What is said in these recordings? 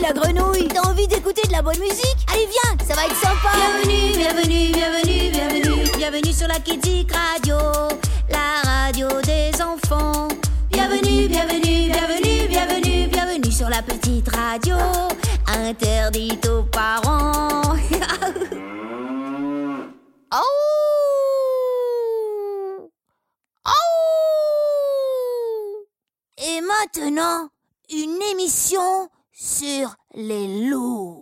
la grenouille. T'as envie d'écouter de la bonne musique? Allez viens, ça va être sympa. Bienvenue, bienvenue, bienvenue, bienvenue. Bienvenue sur la Kidzik Radio, la radio des enfants. Bienvenue, bienvenue, bienvenue, bienvenue, bienvenue sur la petite radio interdite aux parents. Oh! Oh! Et maintenant, une émission sur les loups.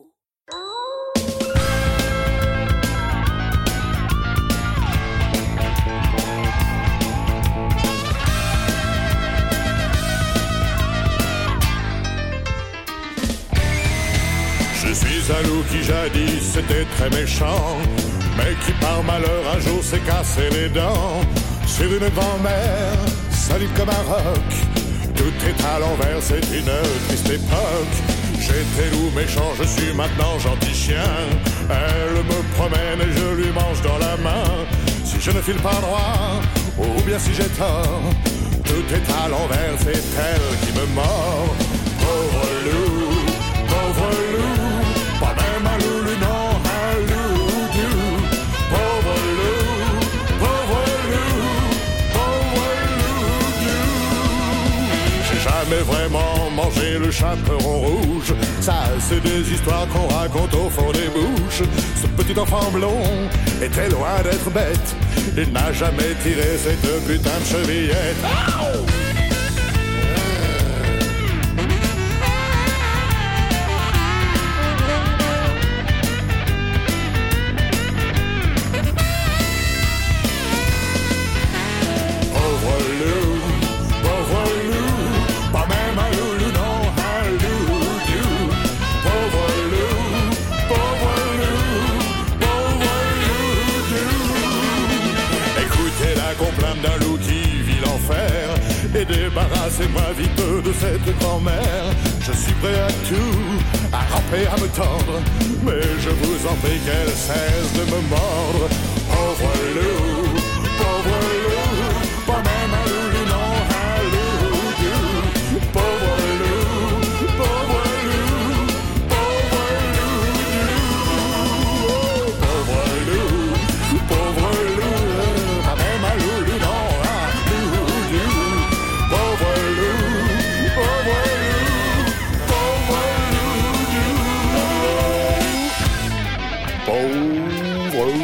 Je suis un loup qui jadis était très méchant, mais qui par malheur un jour s'est cassé les dents. Sur une grand-mère, solide comme un roc, tout est à l'envers, c'est une triste époque. J'étais loup méchant, je suis maintenant gentil chien. Elle me promène et je lui mange dans la main. Si je ne file pas droit, ou bien si j'ai tort, tout est à l'envers, c'est elle qui me mord. Pauvre loup, pauvre loup, pas même un loulou, non, un loup-dou. Pauvre loup, pauvre loup, pauvre loup-dou. J'ai jamais vraiment mangé le chaperon rouge. Ça, c'est des histoires qu'on raconte au fond des bouches. Ce petit enfant blond était loin d'être bête. Il n'a jamais tiré cette putain de chevillette. Oh! Et débarrassez-moi vite de cette grand-mère. Je suis prêt à tout, à ramper, à me tendre, mais je vous en prie qu'elle cesse de me mordre. Pauvre loup, pas même un loulou, non, un loup-dou. Pauvre loup, pauvre loup, pauvre loup-dou. Pauvre loup, pas même un loulou, non, un loup-dou. Pauvre loup, pauvre loup, pauvre loup-dou. Pauvre loup.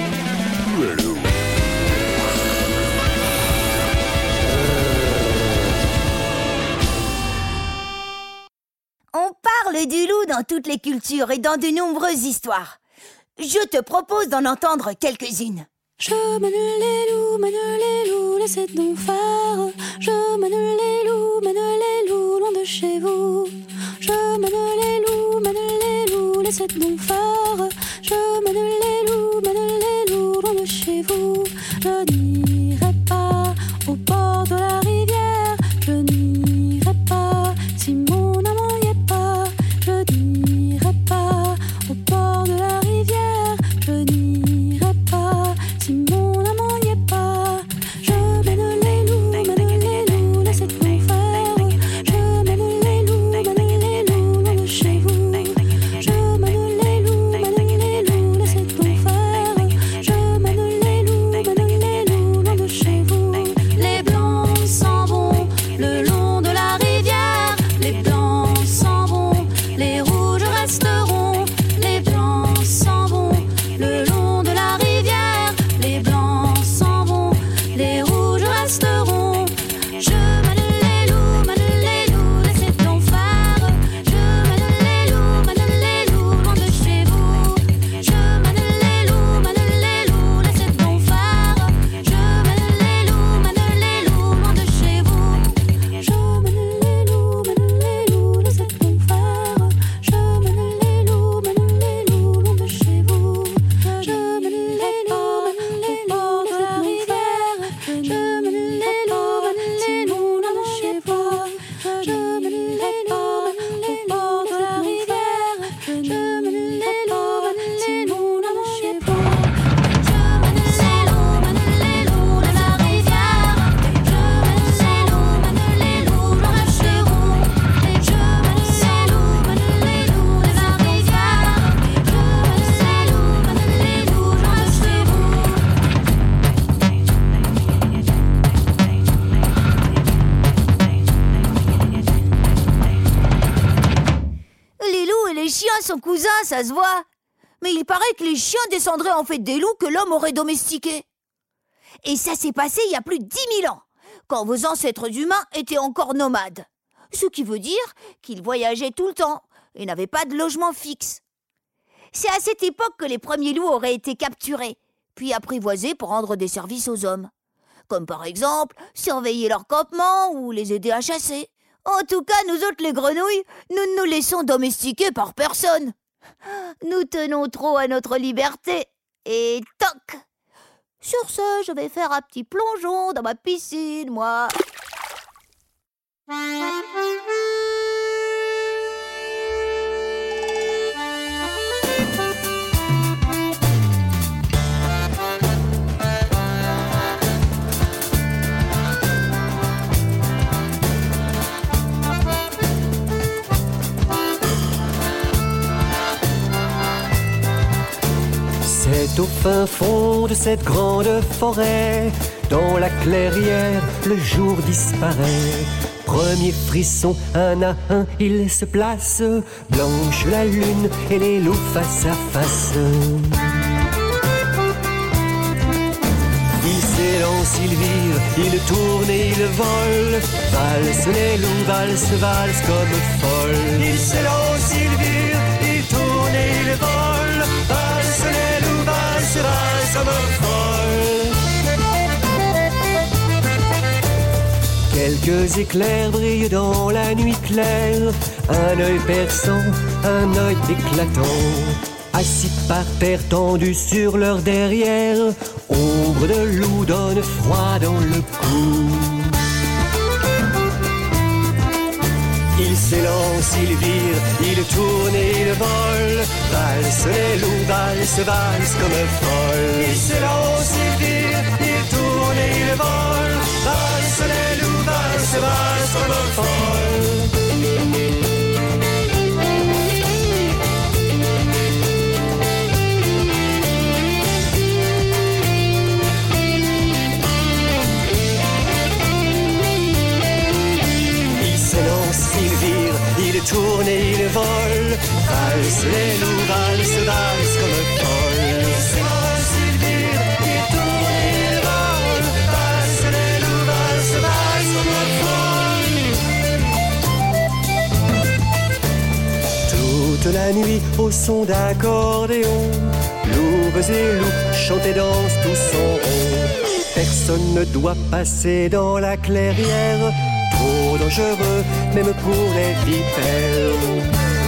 On parle du loup dans toutes les cultures et dans de nombreuses histoires. Je te propose d'en entendre quelques-unes. Je mène les loups, laissez donc faire. Je mène les loups, loin de chez vous. Je mène les loups, laissez donc faire. Je mène les loups, loin de chez vous. Je n'irai pas au bord de la rivière. Je n'irai pas si mon amant n'y est pas. Je n'irai pas au bord de la rivière. Je n'irai pas si mon amant n'y est pas. Je mène les loups, laissez donc faire. Je mène les loups, loin de chez vous. Je mène les Les chiens sont cousins, ça se voit. Mais il paraît que les chiens descendraient en fait des loups que l'homme aurait domestiqués. Et ça s'est passé il y a plus de 10 000 ans, quand vos ancêtres humains étaient encore nomades. Ce qui veut dire qu'ils voyageaient tout le temps et n'avaient pas de logement fixe. C'est à cette époque que les premiers loups auraient été capturés, puis apprivoisés pour rendre des services aux hommes. Comme par exemple, surveiller leur campement ou les aider à chasser. En tout cas, nous autres les grenouilles, nous ne nous laissons domestiquer par personne. Nous tenons trop à notre liberté. Et toc! Sur ce, je vais faire un petit plongeon dans ma piscine, moi. C'est au fin fond de cette grande forêt, dans la clairière, le jour disparaît. Premier frisson, un à un, il se place, blanche la lune et les loups face à face. Il s'élance, il vire, il tourne et il vole, valse les loups, valse comme folle. Il s'élance, il vire, il tourne et il vole, valse les loups, valse comme folle. Quelques éclairs brillent dans la nuit claire, un œil perçant, un œil éclatant. Assis par terre, tendus sur leur derrière, ombre de loup donne froid dans le cou. Il s'élance, il vire, il tourne et il vole, valse les loups, valse comme folle. Il s'élance, il vire, il tourne et il vole, valse les loups, valse comme folle. Il vire, il tourne et il vole, valse les loups, valse comme folle. Il s'élance, il vire, il tourne et il vole, valse les loups, valse comme folle. Toute la nuit au son d'accordéon, louves et loups chantent et dansent tous en rond. Personne ne doit passer dans la clairière, trop dangereux, même pour les vipères.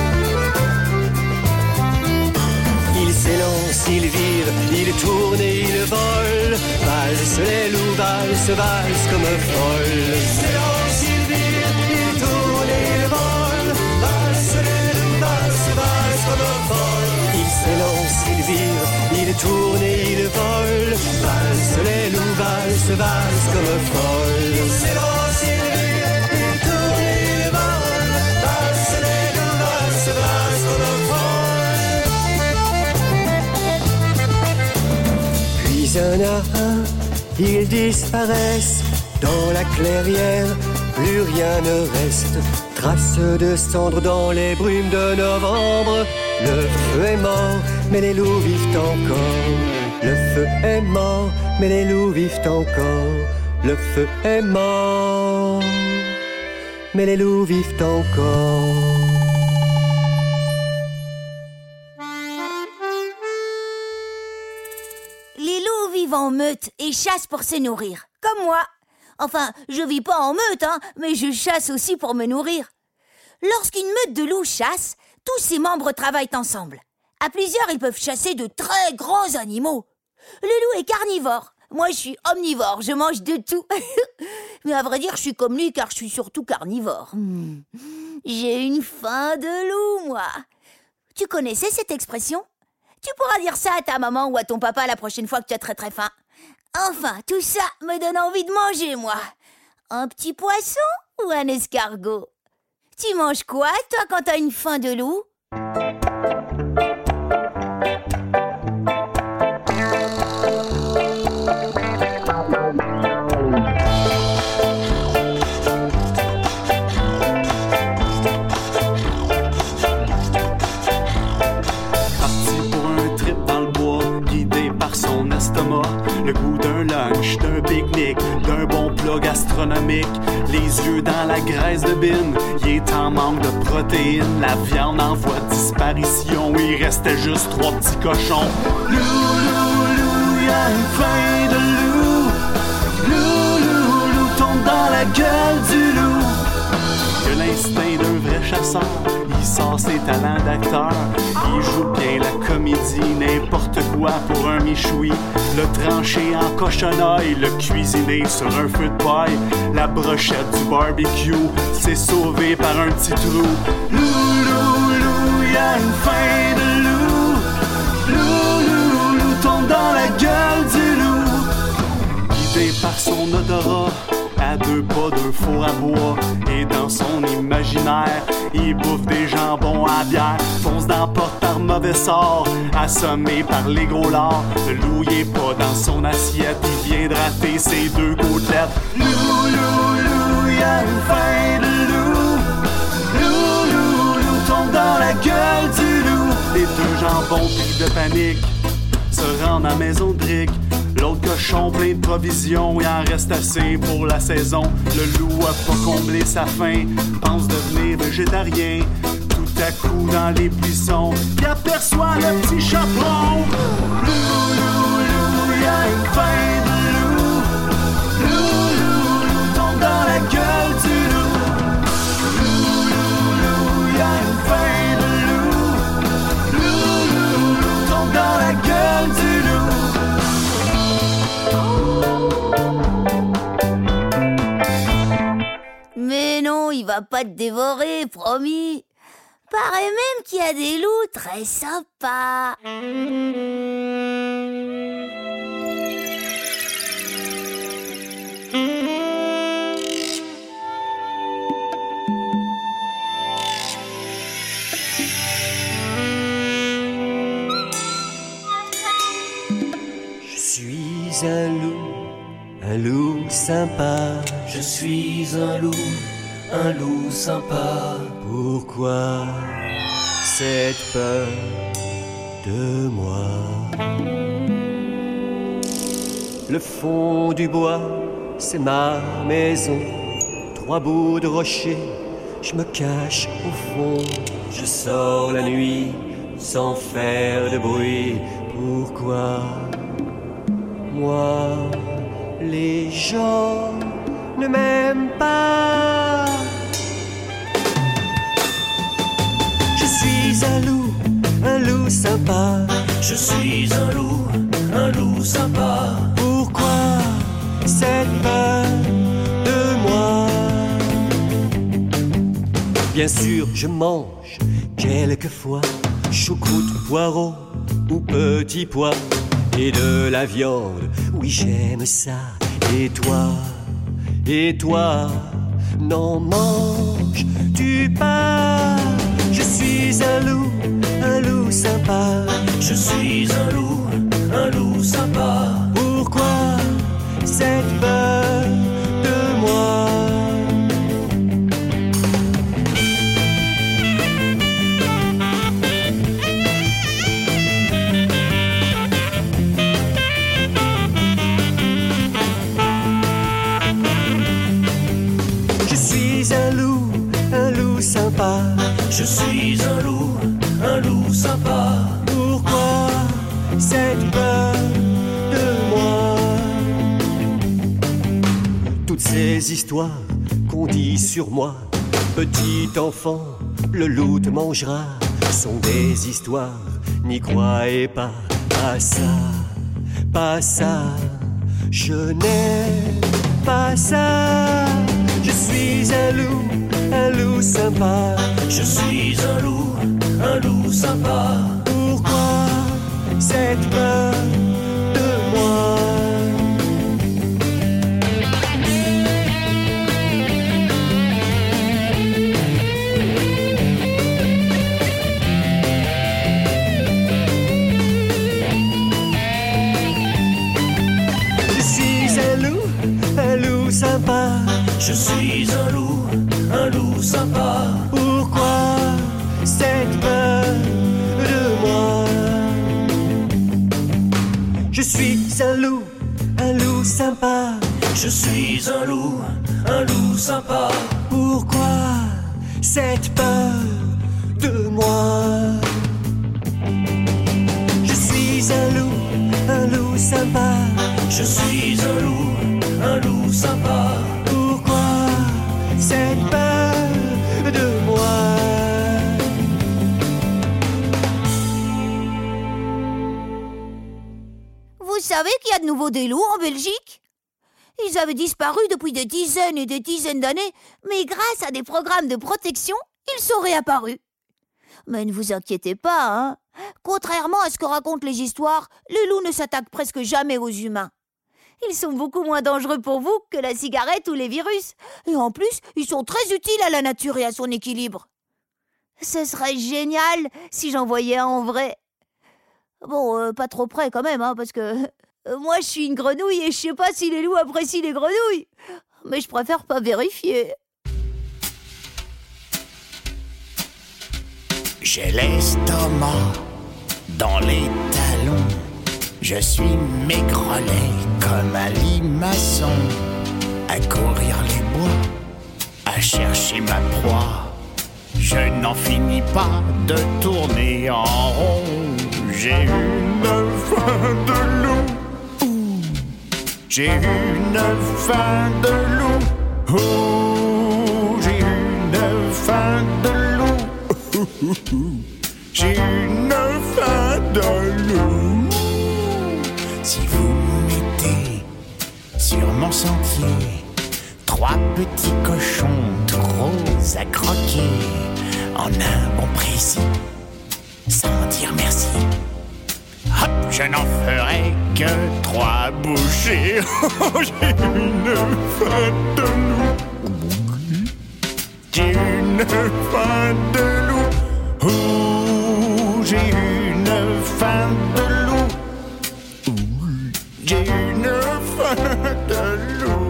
Il s'élance, il vire, il tourne et il vole, valse les loups, valse comme folle. Il s'élance, il vire, il tourne et il vole, valse les loups, valse comme folle. Il s'élance, il vire, il tourne et il vole, valse les loups, valse comme folle. Il s'élance, il vire, il tourne et il vole, valse les loups, valse comme folle. Puis un à un, ils disparaissent dans la clairière, plus rien ne reste. Traces de cendres dans les brumes de novembre. Le feu est mort, mais les loups vivent encore. Le feu est mort, mais les loups vivent encore. Le feu est mort, mais les loups vivent encore. Les loups vivent en meute et chassent pour se nourrir, comme moi. Enfin, je vis pas en meute, mais je chasse aussi pour me nourrir. Lorsqu'une meute de loups chasse, tous ses membres travaillent ensemble. À plusieurs, ils peuvent chasser de très grands animaux. Le loup est carnivore. Moi, je suis omnivore, je mange de tout. Mais à vrai dire, je suis comme lui car je suis surtout carnivore. J'ai une faim de loup, moi. Tu connaissais cette expression ? Tu pourras dire ça à ta maman ou à ton papa la prochaine fois que tu as très très faim. Enfin, tout ça me donne envie de manger, moi. Un petit poisson ou un escargot ? Tu manges quoi, toi, quand t'as une faim de loup ? plat gastronomique, les yeux dans la graisse de bine. Il est en manque de protéines, la viande en voie de disparition. Il restait juste 3 petits cochons. Lou, lou, lou, y'a une faim de loup. Lou, lou, lou, tombe dans la gueule du loup. Il a l'instinct d'un vrai chasseur, il sort ses talents d'acteur. Il joue bien la comédie, n'importe quoi pour un michoui. Le tranché en cochonaille, le cuisiner sur un feu de paille. La brochette du barbecue s'est sauvée par un petit trou. Lou, lou, lou, y'a une faim de loup. Lou, lou, lou, tombe dans la gueule du loup. Guidé par son odorat, à 2 pas d'un four à bois, et dans son imaginaire, il bouffe des jambons à bière, fonce dans la porte par mauvais sort, assommé par les gros lards. Le loup y est pas dans son assiette, il vient de rater ses 2 côtelettes. Lou, lou, lou, y'a une faim de loup. Lou, lou, lou, tombe dans la gueule du loup. Les 2 jambons pris de panique se rendent à la maison de Rick. L'autre cochon plein de provisions, il en reste assez pour la saison. Le loup a pas comblé sa faim, pense devenir végétarien. Tout à coup dans les buissons, il aperçoit le petit chaperon. Lou, lou, lou, y'a une faim de loup. Lou, lou, lou, tombe dans la gueule du loup. Lou, lou, lou, y'a une faim de loup. Lou, lou, lou, tombe dans la gueule du loup. Mais non, il va pas te dévorer, promis. Paraît même qu'il y a des loups très sympas. Je suis un loup sympa. Je suis un loup sympa. Pourquoi cette peur de moi? Le fond du bois, c'est ma maison. 3 bouts de rocher, je me cache au fond. Je sors la nuit sans faire de bruit. Pourquoi moi, les gens ne m'aiment pas? Je suis un loup sympa. Je suis un loup sympa. Pourquoi cette peur de moi? Bien sûr, je mange quelquefois choucroute, poireau ou petits pois et de la viande. Oui, j'aime ça. Et toi, n'en manges-tu pas? Je suis un loup sympa. Je suis un loup sympa. Pourquoi cette peur de moi? Je suis un loup sympa. Je suis un loup sympa. Pourquoi cette peur de moi? Toutes ces histoires qu'on dit sur moi, petit enfant, le loup te mangera, sont des histoires, n'y croyez pas. Pas ça, pas ça, je n'aime pas ça. Je suis un loup sympa. Je suis un loup sympa. Pourquoi cette peur de moi? Je suis un loup sympa. Je suis un loup sympa. Pourquoi cette peur de moi? Je suis un loup sympa. Je suis un loup sympa. Pourquoi cette peur de moi? Je suis un loup sympa. Je suis un loup sympa. Pourquoi cette peur de moi? Vous savez qu'il y a de nouveau des loups en Belgique? Ils avaient disparu depuis des dizaines et des dizaines d'années, mais grâce à des programmes de protection, ils sont réapparus. Mais ne vous inquiétez pas, hein. Contrairement à ce que racontent les histoires, les loups ne s'attaquent presque jamais aux humains. Ils sont beaucoup moins dangereux pour vous que la cigarette ou les virus. Et en plus, ils sont très utiles à la nature et à son équilibre. Ce serait génial si j'en voyais un en vrai. Bon, pas trop près quand même, hein, parce que moi je suis une grenouille et je sais pas si les loups apprécient les grenouilles. Mais je préfère pas vérifier. J'ai l'estomac dans les talons. Je suis maigrelet comme un limaçon, à courir les bois, à chercher ma proie. Je n'en finis pas de tourner en rond. J'ai une faim de loup. J'ai une faim de loup. J'ai une faim de loup. J'ai une faim de loup. Si vous mettez sur mon sentier 3 petits cochons trop à croquer en un bon précis, sans dire merci, hop, je n'en ferai que 3 bouchées. J'ai une faim de loup. J'ai une faim de loup. J'ai une faim de loup. J'ai une faim de loup.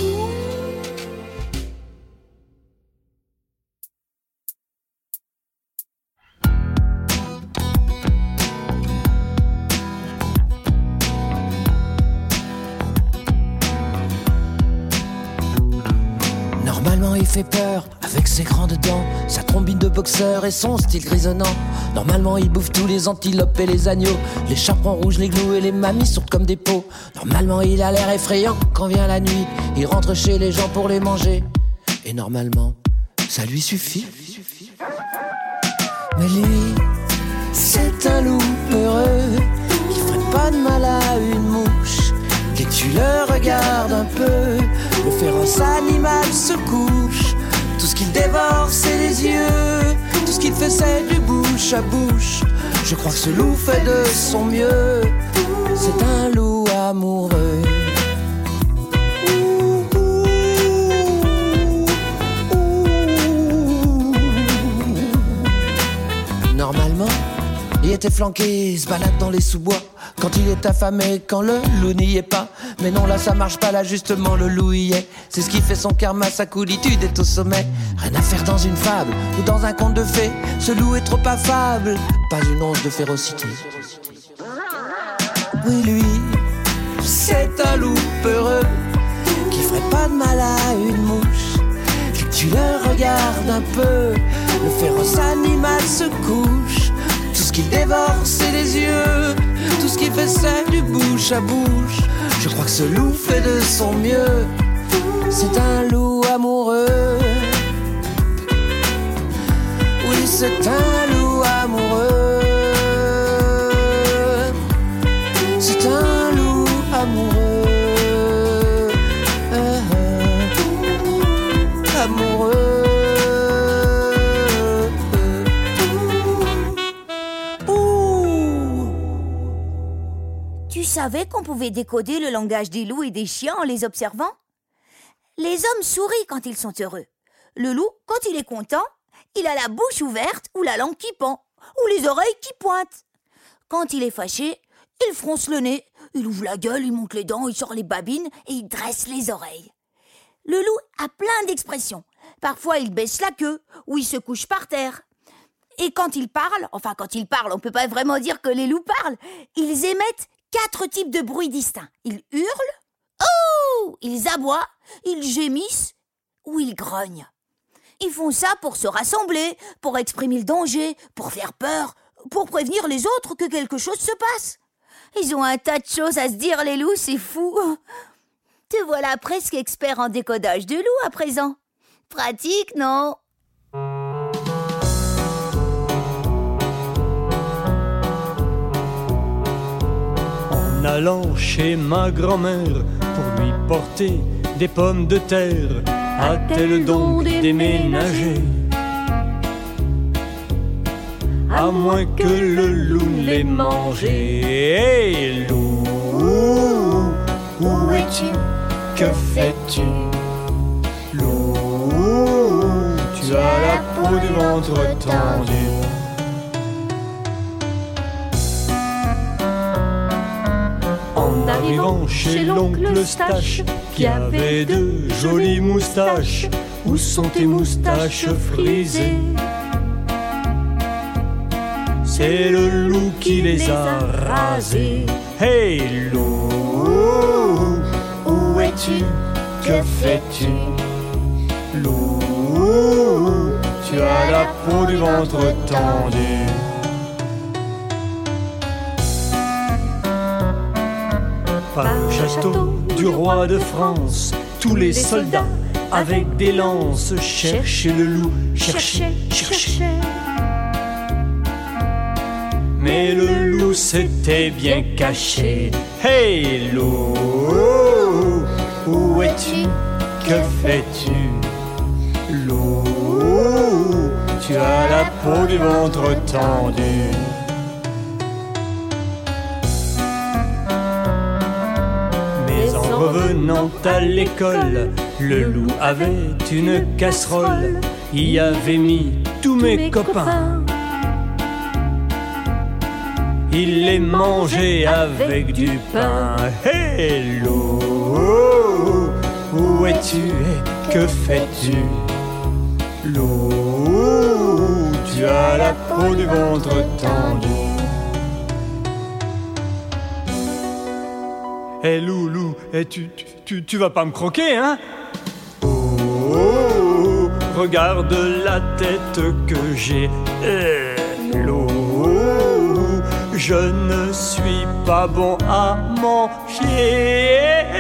Normalement il fait peur avec ses grandes dents, sa trombine de boxeur et son style grisonnant. Normalement il bouffe tous les antilopes et les agneaux, les chaperons rouges, les gnous et les mamies sortent comme des pots. Normalement il a l'air effrayant quand vient la nuit, il rentre chez les gens pour les manger. Et normalement ça lui suffit. Mais lui, c'est un loup peureux qui ferait pas de mal à une mouche. Dès que tu le regardes un peu, le féroce animal se couche. Tout ce qu'il dévore, c'est les yeux. Tout ce qu'il fait, c'est du bouche à bouche. Je crois que ce loup fait de son mieux. C'est un loup amoureux. Normalement, il était flanqué, il se balade dans les sous-bois quand il est affamé, quand le loup n'y est pas. Mais non, là ça marche pas, là justement le loup y est. C'est ce qui fait son karma, sa coolitude est au sommet. Rien à faire dans une fable ou dans un conte de fées. Ce loup est trop affable, pas une once de férocité. Oui, lui, c'est un loup peureux qui ferait pas de mal à une mouche. Dès que tu le regardes un peu, le féroce animal se couche. Tout ce qu'il dévore, c'est les yeux. Tout ce qu'il fait, c'est du bouche à bouche. Je crois que ce loup fait de son mieux. C'est un loup amoureux. Oui, c'est un loup amoureux. C'est un loup amoureux. Amoureux. Tu savais qu'on pouvait décoder le langage des loups et des chiens en les observant? Les hommes sourient quand ils sont heureux. Le loup, quand il est content, il a la bouche ouverte ou la langue qui pend, ou les oreilles qui pointent. Quand il est fâché, il fronce le nez, il ouvre la gueule, il monte les dents, il sort les babines et il dresse les oreilles. Le loup a plein d'expressions. Parfois, il baisse la queue ou il se couche par terre. Et quand il parle, on peut pas vraiment dire que les loups parlent, ils émettent 4 types de bruits distincts. Ils hurlent, « Oh !» loups, ils aboient, ils gémissent ou ils grognent. Ils font ça pour se rassembler, pour exprimer le danger, pour faire peur, pour prévenir les autres que quelque chose se passe. Ils ont un tas de choses à se dire, les loups, c'est fou. Te voilà presque expert en décodage de loups à présent. Pratique, non ? En allant chez ma grand-mère pour lui porter des pommes de terre, a-t-elle donc déménagé? À moins que le loup ne l'ait mangé. Hey, loup, où es-tu? Que fais-tu? Loup, tu as la peau du ventre tendue. En arrivant chez l'oncle Eustache, qui avait de jolies moustaches, où sont tes moustaches frisées? C'est le loup qui les a rasées. Hey, loup, où es-tu? Que fais-tu? Loup, tu as la peau du ventre tendue. Par le château du roi de France, tous les soldats avec des lances cherchaient le loup, cherchaient. Mais le loup s'était bien caché. Hey, loup, où es-tu? Que fais-tu? Loup, tu as la peau du ventre tendue. Mais en revenant à l'école, le loup avait une casserole. Y avait mis tous mes copains. Il les mangeait avec du pain. Hey, loup, où es-tu et que fais-tu? Loup, tu as la peau du ventre tendue. Hey, loup, et tu vas pas me croquer, hein? Oh, regarde la tête que j'ai. Loup, je ne suis pas bon à manger.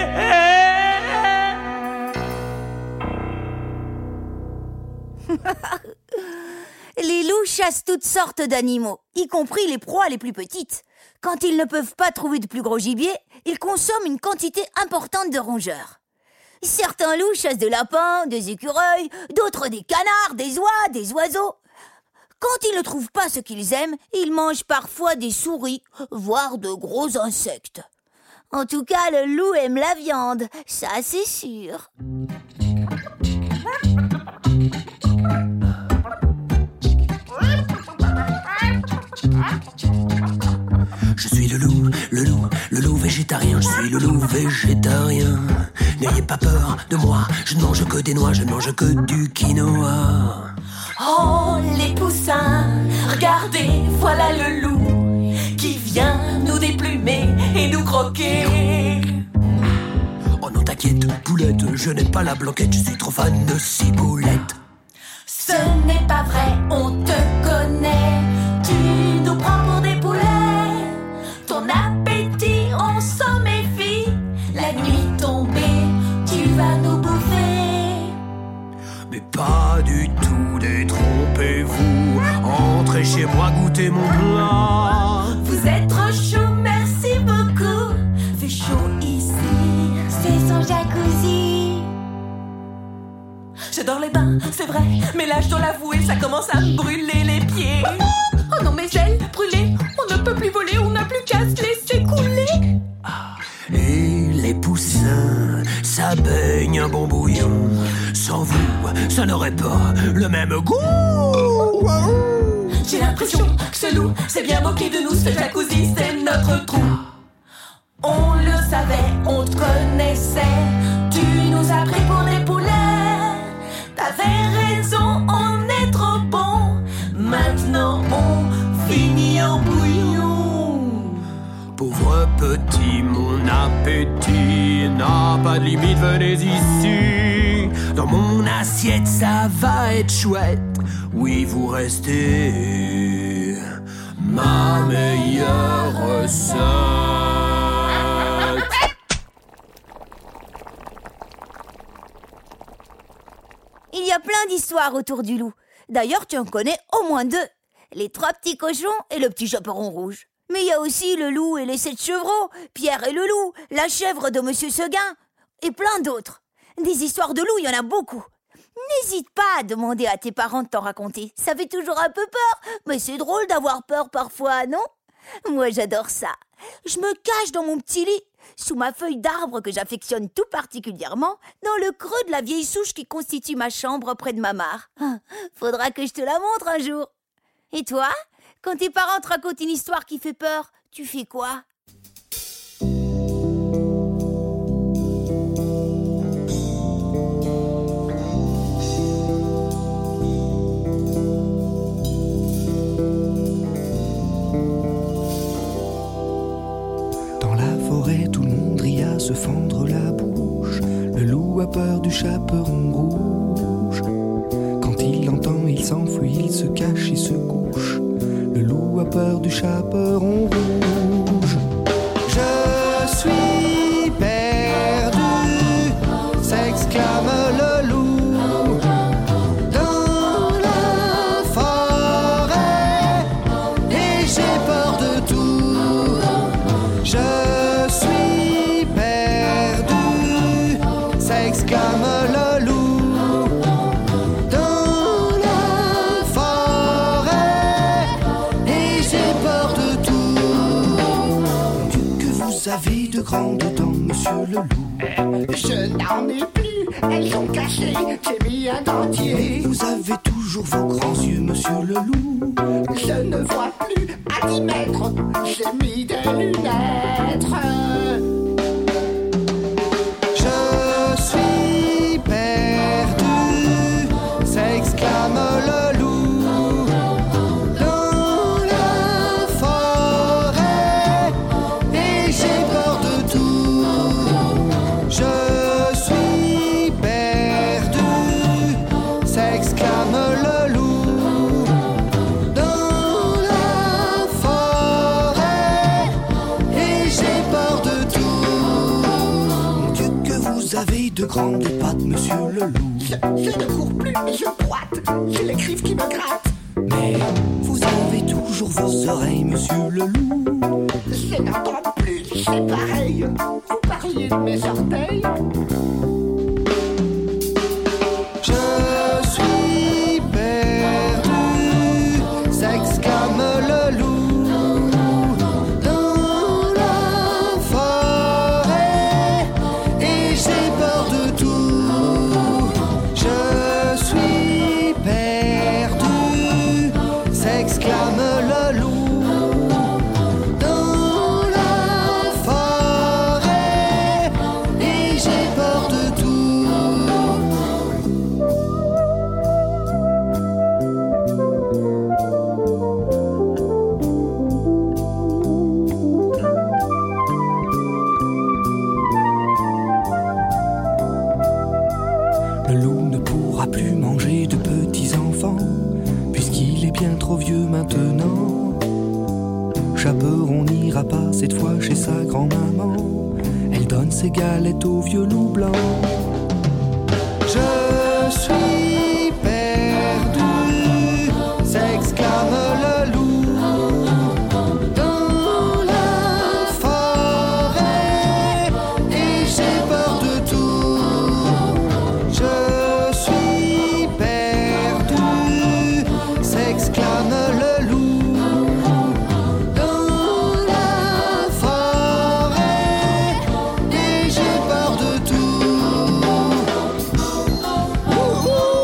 Les loups chassent toutes sortes d'animaux, y compris les proies les plus petites. Quand ils ne peuvent pas trouver de plus gros gibier, ils consomment une quantité importante de rongeurs. Certains loups chassent des lapins, des écureuils, d'autres des canards, des oies, des oiseaux. Quand ils ne trouvent pas ce qu'ils aiment, ils mangent parfois des souris, voire de gros insectes. En tout cas, le loup aime la viande, ça c'est sûr. Je suis le loup végétarien, je suis le loup végétarien. N'ayez pas peur de moi, je ne mange que des noix, je ne mange que du quinoa. Oh les poussins, regardez, voilà le loup qui vient nous déplumer et nous croquer. Oh non t'inquiète, poulette, je n'aime pas la blanquette, je suis trop fan de ciboulette. Ce n'est pas vrai, on te connaît, tu nous prends pour des poulets. Ton appétit, on s'en méfie, la nuit tombée, tu vas nous bouffer. Mais pas du tout, détrompez-vous, entrez chez moi, goûtez mon plat. Vous êtes trop chaud, merci beaucoup, fait chaud ici, c'est son jacuzzi. J'adore les bains, c'est vrai, mais là je dois l'avouer, ça commence à me brûler les pieds. Oh non, mes ailes brûlées, on ne peut plus voler, on n'a plus qu'à se laisser couler. Et les poussins, ça baigne un bon bouillon. Sans vous, ça n'aurait pas le même goût. J'ai l'impression que ce loup s'est bien moqué de nous, ce jacuzzi c'est notre trou. On le savait, on te connaissait, tu nous as pris pour des poulets. T'avais raison, on est trop bon. Maintenant on finit en bouillon. Pauvre petit, mon appétit n'a pas de limite, venez ici. Dans mon assiette, ça va être chouette. Oui, vous restez ma meilleure recette. Il y a plein d'histoires autour du loup. D'ailleurs, tu en connais au moins 2. Les 3 petits cochons et le petit chaperon rouge. Mais il y a aussi le loup et les 7 chevreaux, Pierre et le loup, la chèvre de Monsieur Seguin, et plein d'autres. Des histoires de loups, il y en a beaucoup. N'hésite pas à demander à tes parents de t'en raconter. Ça fait toujours un peu peur, mais c'est drôle d'avoir peur parfois, non ? Moi, j'adore ça. Je me cache dans mon petit lit, sous ma feuille d'arbre que j'affectionne tout particulièrement, dans le creux de la vieille souche qui constitue ma chambre près de ma mare. Faudra que je te la montre un jour. Et toi, quand tes parents te racontent une histoire qui fait peur, tu fais quoi ? Se fendre la bouche, le loup a peur du chaperon rouge. Quand il l'entend, il s'enfuit, il se cache, il se couche. Le loup a peur du chaperon rouge. Je suis perdu, s'exclame le loup. Dans la forêt, et j'ai peur de tout. Je suis s'exclame le loup dans la forêt et j'ai peur de tout. Mon Dieu, que vous avez de grandes dents, monsieur le loup. Je n'en ai plus, elles sont cachées, j'ai mis un dentier. Vous avez toujours vos grands yeux, monsieur le loup. Je ne vois plus à 10 mètres, j'ai mis des lunettes. S'exclame le loup dans la forêt et j'ai peur de tout. Je suis perdu, s'exclame le loup dans la forêt et j'ai peur de tout. Mon Dieu, que vous avez de grandes pattes, monsieur le loup. Je ne cours plus, mais je boite. J'ai les griffes qui me grattent. Mais vous avez toujours vos oreilles, monsieur le loup. Je n'entends plus, c'est pareil. Vous parliez de mes orteils. Je suis perdu, s'exclame le loup dans la forêt et j'ai peur de tout. Je suis perdu, s'exclame le loup dans la forêt et j'ai peur de tout. Le loup ne pourra plus manger de petits enfants, puisqu'il est bien trop vieux maintenant. Chaperon n'ira pas cette fois chez sa grand-maman, elle donne ses galettes au vieux loup blanc. Je suis perdu, s'exclame le loup dans la forêt et j'ai peur de tout. Je suis perdu, s'exclame le loup dans la forêt et j'ai peur de tout.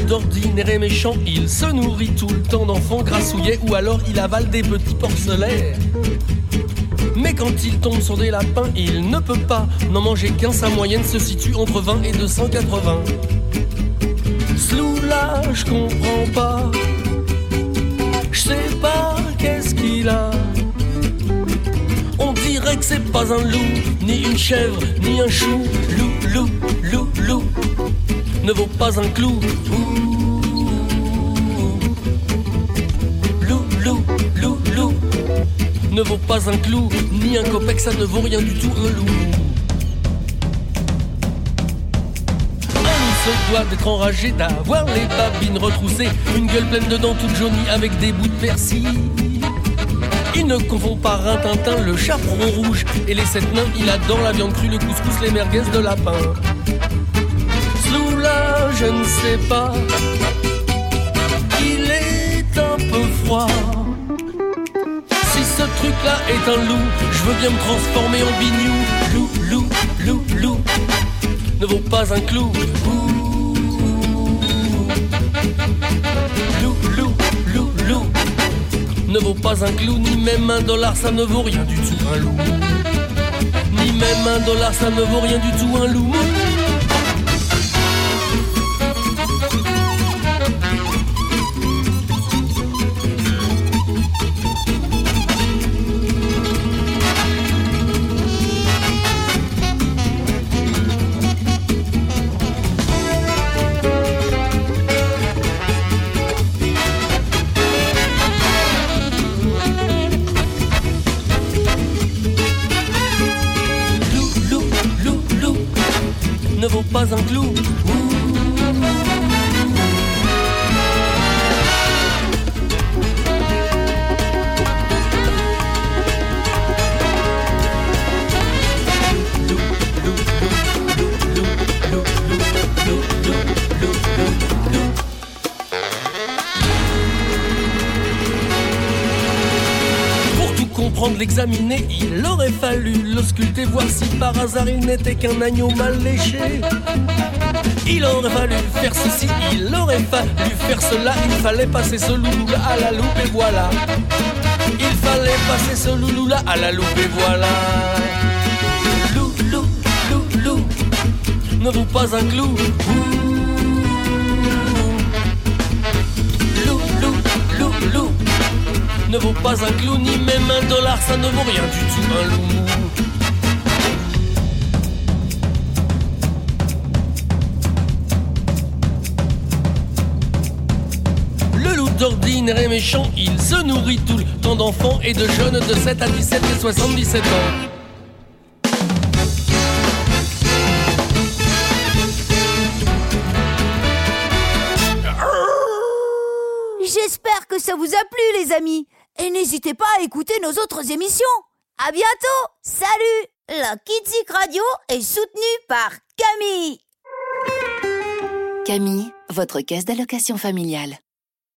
d'ordinaire est méchant, il se nourrit tout le temps d'enfants grassouillets ou alors il avale des petits porcelets. Mais quand il tombe sur des lapins, il ne peut pas n'en manger qu'un, sa moyenne se situe entre 20 et 280. Slou là, je comprends pas, je sais pas qu'est-ce qu'il a. On dirait que c'est pas un loup, ni une chèvre, ni un chou. Loup, ne vaut pas un clou. Loup, ne vaut pas un clou, ni un copec, ça ne vaut rien du tout, un loup. Un loup se doit d'être enragé, d'avoir les babines retroussées, une gueule pleine de dents toute jaunie avec des bouts de persil. Il ne confond pas Rintintin, le chaperon rouge et les 7 nains. Il adore la viande crue, le couscous, les merguez de lapin. Slou là, je ne sais pas, il est un peu froid. Si ce truc-là est un loup, je veux bien me transformer en bignou. Loup, ne vaut pas un clou. Loup, ne vaut pas un clou, ni même $1, ça ne vaut rien du tout, un loup. Ni même $1, ça ne vaut rien du tout, un loup. Ne vaut pas un clou. Pour tout comprendre, l'examiner, il aurait fallu l'ausculter, voir si par hasard il n'était qu'un agneau mal léché. Il aurait fallu faire ceci, il aurait fallu faire cela. Il fallait passer ce loulou-là à la loupe et voilà. Il fallait passer ce loulou-là à la loupe et voilà. Loup, ne vaut pas un clou. Loup, ne vaut pas un clou, ni même $1, ça ne vaut rien du tout, un loup. D'ordinaire et méchant, il se nourrit tout le temps d'enfants et de jeunes de 7 à 17 et 77 ans. J'espère que ça vous a plu, les amis. Et n'hésitez pas à écouter nos autres émissions. À bientôt. Salut. La Kidzik Radio est soutenue par Camille. Camille, votre caisse d'allocation familiale.